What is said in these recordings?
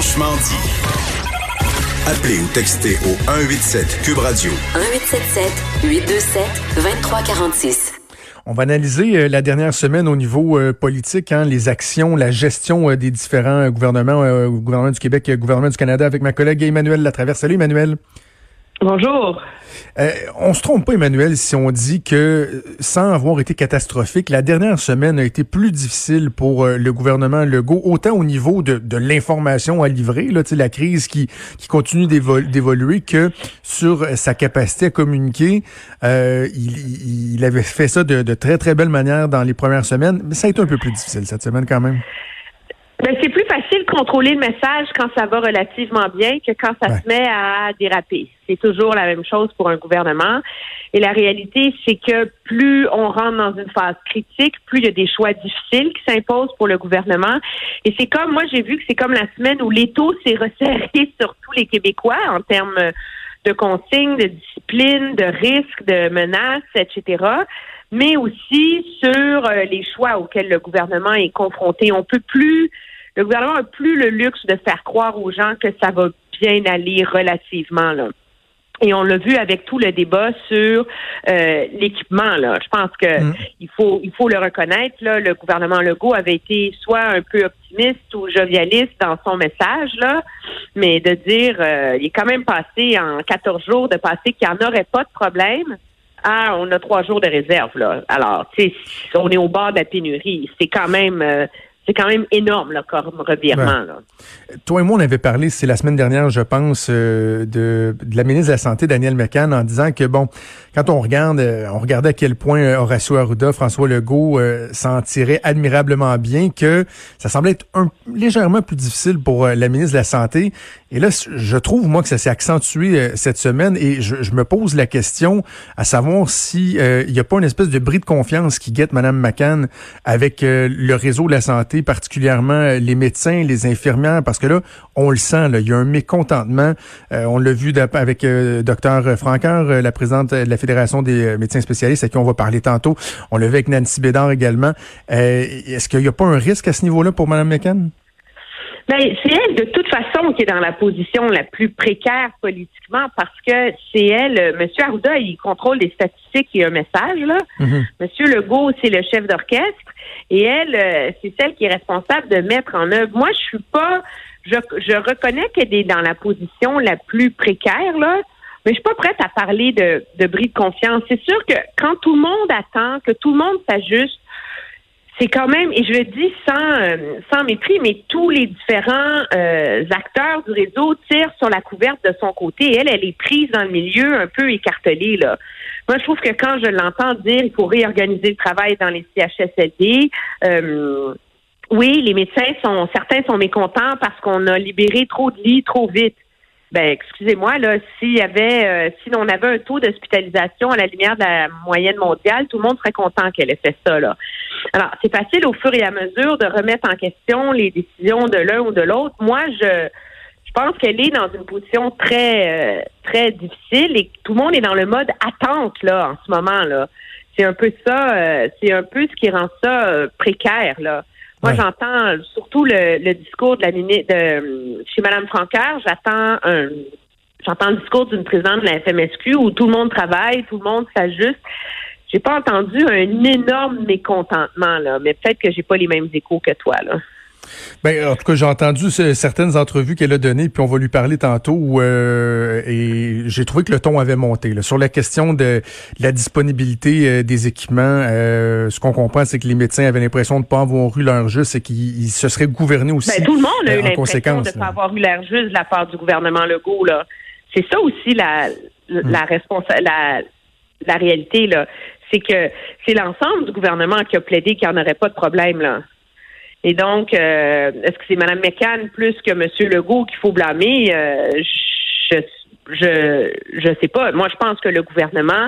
Franchement dit. Appelez ou textez au 187 Cube Radio. 1877-827-2346. On va analyser la dernière semaine au niveau politique, les actions, la gestion des différents gouvernements, gouvernement du Québec, gouvernement du Canada, avec ma collègue Emmanuelle Latraverse. Salut Emmanuelle. Bonjour. On se trompe pas, Emmanuel, si on dit que, sans avoir été catastrophique, la dernière semaine a été plus difficile pour le gouvernement Legault, autant au niveau de l'information à livrer, là, la crise qui continue d'évoluer, que sur sa capacité à communiquer. Il avait fait ça de très, très belle manière dans les premières semaines, mais ça a été un peu plus difficile cette semaine quand même. Ben, c'est plus facile de contrôler le message quand ça va relativement bien que quand ça se met à déraper. C'est toujours la même chose pour un gouvernement. Et la réalité, c'est que plus on rentre dans une phase critique, plus il y a des choix difficiles qui s'imposent pour le gouvernement. Et c'est comme, moi j'ai vu que c'est comme la semaine où l'étau s'est resserré sur tous les Québécois en termes de consignes, de discipline, de risques, de menaces, etc., mais aussi sur les choix auxquels le gouvernement est confronté. Le gouvernement n'a plus le luxe de faire croire aux gens que ça va bien aller relativement, là. Et on l'a vu avec tout le débat sur l'équipement, là. Je pense que il faut le reconnaître, là. Le gouvernement Legault avait été soit un peu optimiste ou jovialiste dans son message, là, mais de dire, il est quand même passé en 14 jours de passer qu'il n'y en aurait pas de problème. Ah, on a 3 jours de réserve, là. Alors, tu sais, on est au bord de la pénurie. C'est quand même énorme, là, comme revirement, là. Toi et moi, on avait parlé, c'est la semaine dernière, je pense, de la ministre de la Santé, Danielle McCann, en disant que, bon, quand on regardait à quel point Horacio Arruda, François Legault s'en tirait admirablement bien, que ça semblait être légèrement plus difficile pour la ministre de la Santé. Et là, je trouve, moi, que ça s'est accentué cette semaine, et je me pose la question à savoir si il n'y a pas une espèce de bris de confiance qui guette Mme McCann avec le réseau de la santé, particulièrement les médecins, les infirmières, parce que là, on le sent, là, il y a un mécontentement. On l'a vu avec Dr Franqueur, la présidente de la Fédération des médecins spécialistes, à qui on va parler tantôt. On l'a vu avec Nancy Bédard également. Est-ce qu'il n'y a pas un risque à ce niveau-là pour Mme McCann? Ben, c'est elle, de toute façon, qui est dans la position la plus précaire politiquement, parce que c'est elle, M. Arruda, il contrôle les statistiques et un message, là. M. Legault, c'est le chef d'orchestre, et elle, c'est celle qui est responsable de mettre en œuvre. Moi, je reconnais qu'elle est dans la position la plus précaire, là, mais je suis pas prête à parler de bris de confiance. C'est sûr que quand tout le monde attend, que tout le monde s'ajuste, c'est quand même, et je le dis sans mépris, mais tous les différents acteurs du réseau tirent sur la couverte de son côté. Elle est prise dans le milieu, un peu écartelée, là. Moi, je trouve que quand je l'entends dire il faut réorganiser le travail dans les CHSLD, oui, les médecins certains sont mécontents parce qu'on a libéré trop de lits trop vite. Ben, excusez-moi, là, si on avait un taux d'hospitalisation à la lumière de la moyenne mondiale, tout le monde serait content qu'elle ait fait ça, là. Alors, c'est facile au fur et à mesure de remettre en question les décisions de l'un ou de l'autre. Moi, je pense qu'elle est dans une position très, très difficile et que tout le monde est dans le mode attente, là, en ce moment, là. C'est un peu ça, c'est un peu ce qui rend ça précaire, là. Moi, j'entends surtout le discours de chez Mme Franqueur, j'entends le discours d'une présidente de la FMSQ où tout le monde travaille, tout le monde s'ajuste. J'ai pas entendu un énorme mécontentement, là, mais peut-être que j'ai pas les mêmes échos que toi, là. Ben, en tout cas, j'ai entendu certaines entrevues qu'elle a données, puis on va lui parler tantôt, et j'ai trouvé que le ton avait monté, là. Sur la question de la disponibilité des équipements, ce qu'on comprend, c'est que les médecins avaient l'impression de ne pas avoir eu leur juste et qu'ils se seraient gouvernés aussi. Ben, tout le monde a eu l'impression de ne pas avoir eu leur juste de la part du gouvernement Legault, là. C'est ça aussi la réalité, là. C'est que c'est l'ensemble du gouvernement qui a plaidé qu'il n'y en aurait pas de problème, là. Et donc, est-ce que c'est Mme McCann plus que M. Legault qu'il faut blâmer? Je sais pas. Moi, je pense que le gouvernement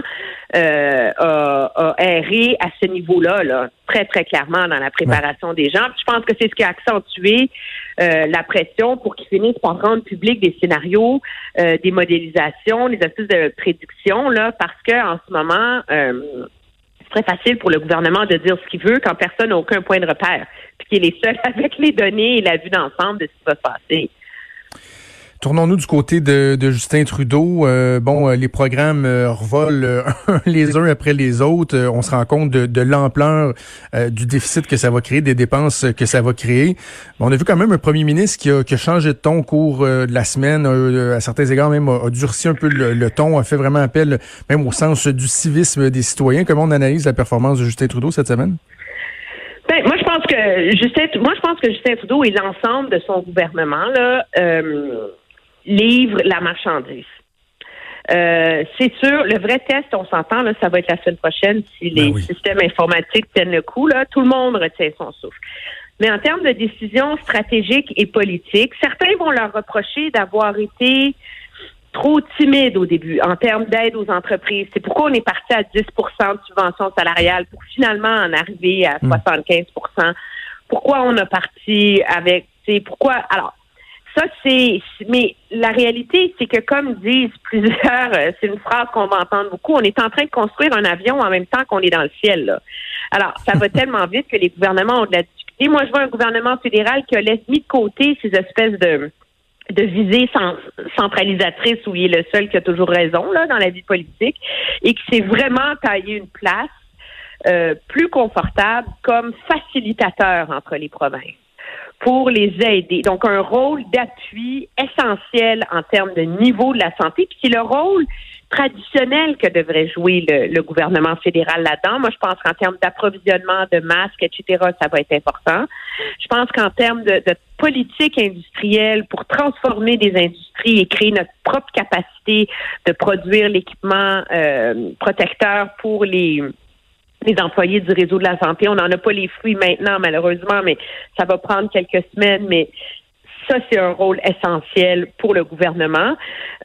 a erré à ce niveau-là, là, très, très clairement dans la préparation des gens. Puis je pense que c'est ce qui a accentué la pression pour qu'ils finissent par rendre public des scénarios, des modélisations, des astuces de prédiction, là, parce que en ce moment, c'est très facile pour le gouvernement de dire ce qu'il veut quand personne n'a aucun point de repère, puis qu'il est seul avec les données et la vue d'ensemble de ce qui va se passer. Tournons-nous du côté de Justin Trudeau. Les programmes revolent les uns après les autres. On se rend compte de l'ampleur du déficit que ça va créer, des dépenses que ça va créer. On a vu quand même un premier ministre qui a changé de ton au cours de la semaine, à certains égards même a durci un peu le ton, a fait vraiment appel même au sens du civisme des citoyens. Comment on analyse la performance de Justin Trudeau cette semaine? Moi, je pense que Justin Trudeau et l'ensemble de son gouvernement là livre la marchandise. C'est sûr, le vrai test, on s'entend, là, ça va être la semaine prochaine si les systèmes informatiques tiennent le coup. Là, tout le monde retient son souffle. Mais en termes de décisions stratégiques et politiques, certains vont leur reprocher d'avoir été trop timide au début en termes d'aide aux entreprises. C'est pourquoi on est parti à 10 de subvention salariale pour finalement en arriver à 75 Pourquoi on a parti avec... Alors, ça, mais la réalité, c'est que comme disent plusieurs, c'est une phrase qu'on va entendre beaucoup, on est en train de construire un avion en même temps qu'on est dans le ciel, là. Alors, ça va tellement vite que les gouvernements ont de la difficulté. Moi, je vois un gouvernement fédéral qui a laissé mis de côté ces espèces de visée centralisatrice où il est le seul qui a toujours raison là dans la vie politique et qui s'est vraiment taillé une place plus confortable comme facilitateur entre les provinces pour les aider. Donc, un rôle d'appui essentiel en termes de niveau de la santé, puis c'est le rôle traditionnel que devrait jouer le gouvernement fédéral là-dedans. Moi, je pense qu'en termes d'approvisionnement de masques, etc., ça va être important. Je pense qu'en termes de politique industrielle pour transformer des industries et créer notre propre capacité de produire l'équipement protecteur pour les employés du réseau de la santé. On n'en a pas les fruits maintenant, malheureusement, mais ça va prendre quelques semaines, mais ça, c'est un rôle essentiel pour le gouvernement.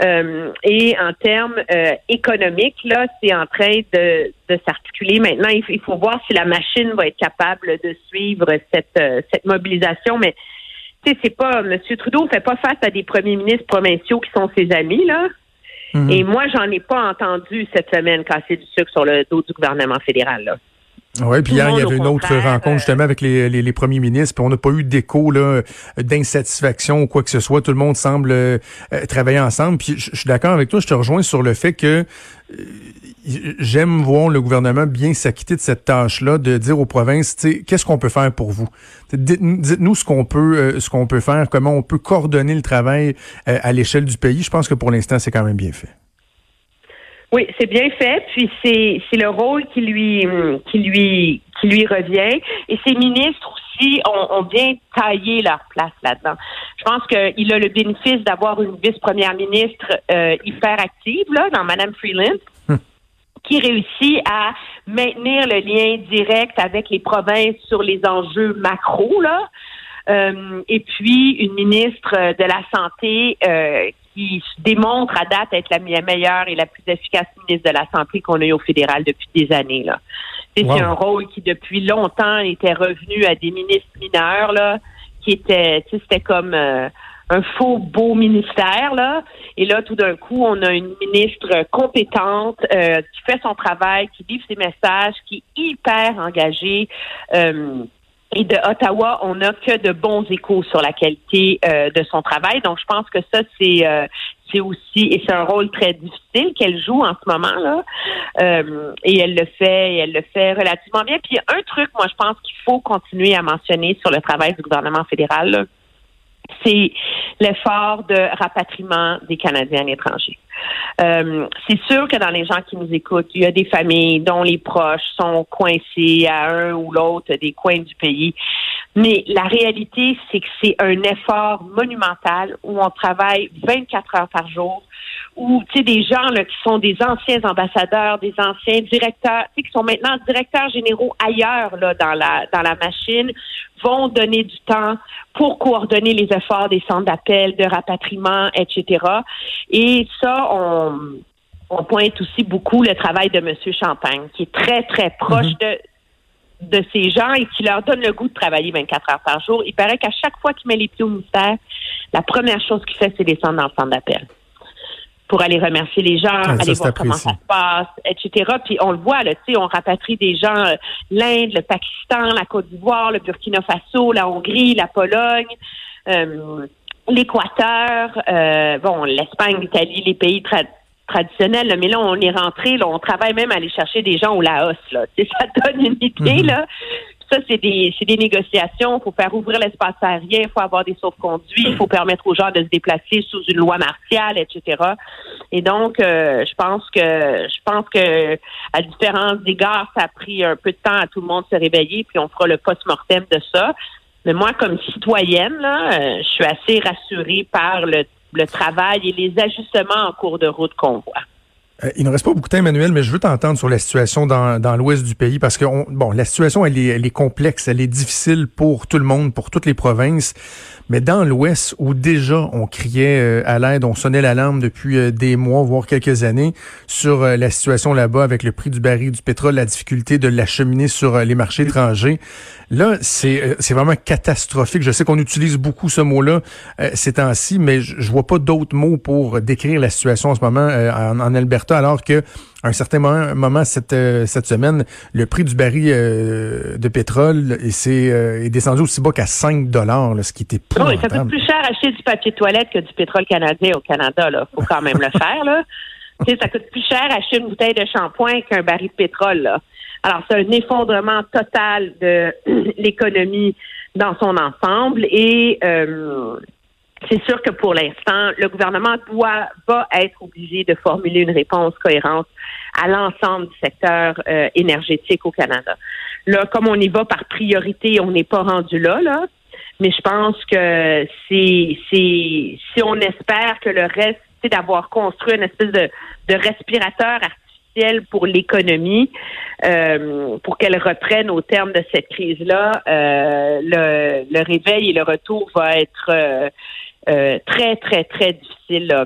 Et en termes économiques, là, c'est en train de s'articuler. Maintenant, il faut voir si la machine va être capable de suivre cette mobilisation. Mais, tu sais, c'est pas... M. Trudeau fait pas face à des premiers ministres provinciaux qui sont ses amis, là. Mm-hmm. Et moi, j'en ai pas entendu cette semaine casser du sucre sur le dos du gouvernement fédéral, là. Oui, puis hier, il y avait une autre rencontre justement avec les premiers ministres, puis on n'a pas eu d'écho là d'insatisfaction ou quoi que ce soit. Tout le monde semble travailler ensemble. Puis je suis d'accord avec toi, je te rejoins sur le fait que j'aime voir le gouvernement bien s'acquitter de cette tâche-là, de dire aux provinces, tu sais, qu'est-ce qu'on peut faire pour vous? Dites-nous ce qu'on peut faire, comment on peut coordonner le travail à l'échelle du pays. Je pense que pour l'instant, c'est quand même bien fait. Oui, c'est bien fait, puis c'est le rôle qui lui revient. Et ces ministres aussi ont bien taillé leur place là-dedans. Je pense qu'il a le bénéfice d'avoir une vice-première ministre hyper active, là, dans Mme Freeland, qui réussit à maintenir le lien direct avec les provinces sur les enjeux macro, là. Et puis une ministre de la Santé qui se démontre à date être la meilleure et la plus efficace ministre de la Santé qu'on a eu au fédéral depuis des années, là. C'est un rôle qui depuis longtemps était revenu à des ministres mineurs, là, qui étaient, tu sais, c'était comme un faux beau ministère, là. Et là, tout d'un coup, on a une ministre compétente qui fait son travail, qui livre ses messages, qui est hyper engagée. Et de Ottawa, on n'a que de bons échos sur la qualité de son travail. Donc, je pense que ça, c'est aussi, et c'est un rôle très difficile qu'elle joue en ce moment là. Et elle le fait relativement bien. Puis un truc, moi, je pense qu'il faut continuer à mentionner sur le travail du gouvernement fédéral, là, c'est l'effort de rapatriement des Canadiens à l'étranger. C'est sûr que dans les gens qui nous écoutent, il y a des familles dont les proches sont coincés à un ou l'autre des coins du pays. Mais la réalité, c'est que c'est un effort monumental où on travaille 24 heures par jour, où, tu sais, des gens là qui sont des anciens ambassadeurs, des anciens directeurs, tu sais, qui sont maintenant directeurs généraux ailleurs là dans la machine, vont donner du temps pour coordonner les efforts des centres d'appel, de rapatriement, etc. Et ça, on pointe aussi beaucoup le travail de M. Champagne, qui est très, très proche de ces gens et qui leur donne le goût de travailler 24 heures par jour. Il paraît qu'à chaque fois qu'il met les pieds au ministère, la première chose qu'il fait, c'est descendre dans le centre d'appel pour aller remercier les gens, aller voir comment ça se passe, etc. Puis on le voit, là, tu sais, on rapatrie des gens, l'Inde, le Pakistan, la Côte d'Ivoire, le Burkina Faso, la Hongrie, la Pologne. l'Équateur, l'Espagne, l'Italie, les pays traditionnels, là, mais là, on est rentré, là, on travaille même à aller chercher des gens au Laos, là. Ça donne une idée, là. Ça, c'est des négociations. Il faut faire ouvrir l'espace aérien, il faut avoir des sauf-conduits, il faut permettre aux gens de se déplacer sous une loi martiale, etc. Et donc, je pense que à différents égards, ça a pris un peu de temps à tout le monde de se réveiller, puis on fera le post-mortem de ça. Mais moi, comme citoyenne, là, je suis assez rassurée par le travail et les ajustements en cours de route qu'on voit. Il ne reste pas beaucoup de temps, Emmanuel, mais je veux t'entendre sur la situation dans l'ouest du pays parce que la situation elle est complexe, elle est difficile pour tout le monde, pour toutes les provinces. Mais dans l'ouest, où déjà on criait à l'aide, on sonnait l'alarme depuis des mois, voire quelques années, sur la situation là-bas avec le prix du baril du pétrole, la difficulté de l'acheminer sur les marchés étrangers. Là, c'est vraiment catastrophique. Je sais qu'on utilise beaucoup ce mot-là ces temps-ci, mais je vois pas d'autres mots pour décrire la situation en ce moment en Alberta, alors que à un certain moment cette semaine, le prix du baril de pétrole est descendu aussi bas qu'à 5 $, ce qui était pas oui, ça coûte plus cher acheter du papier de toilette que du pétrole canadien au Canada. Là, faut quand même le faire. Là, ça coûte plus cher acheter une bouteille de shampoing qu'un baril de pétrole. Là. Alors, c'est un effondrement total de l'économie dans son ensemble et c'est sûr que pour l'instant, le gouvernement va être obligé de formuler une réponse cohérente à l'ensemble du secteur énergétique au Canada. Là, comme on y va par priorité, on n'est pas rendu là, mais je pense que si on espère que le reste, c'est d'avoir construit une espèce de respirateur artificiel pour l'économie, pour qu'elle reprenne au terme de cette crise-là, le réveil et le retour va être très, très, très difficile là,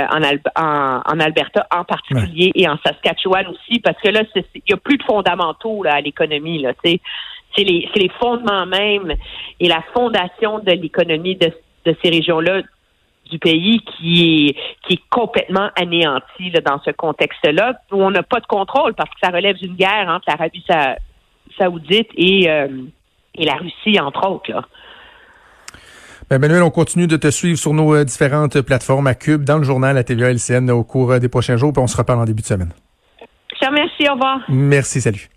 en Alberta en particulier et en Saskatchewan aussi, parce que là, il n'y a plus de fondamentaux là, à l'économie. Là, c'est les fondements même et la fondation de l'économie de ces régions-là du pays qui est complètement anéantie là, dans ce contexte-là, où on n'a pas de contrôle parce que ça relève d'une guerre entre l'Arabie saoudite et la Russie, entre autres, là. Emmanuel, on continue de te suivre sur nos différentes plateformes à Cube, dans le journal, à TVA LCN au cours des prochains jours, puis on se reparle en début de semaine. Je te remercie, au revoir. Merci, salut.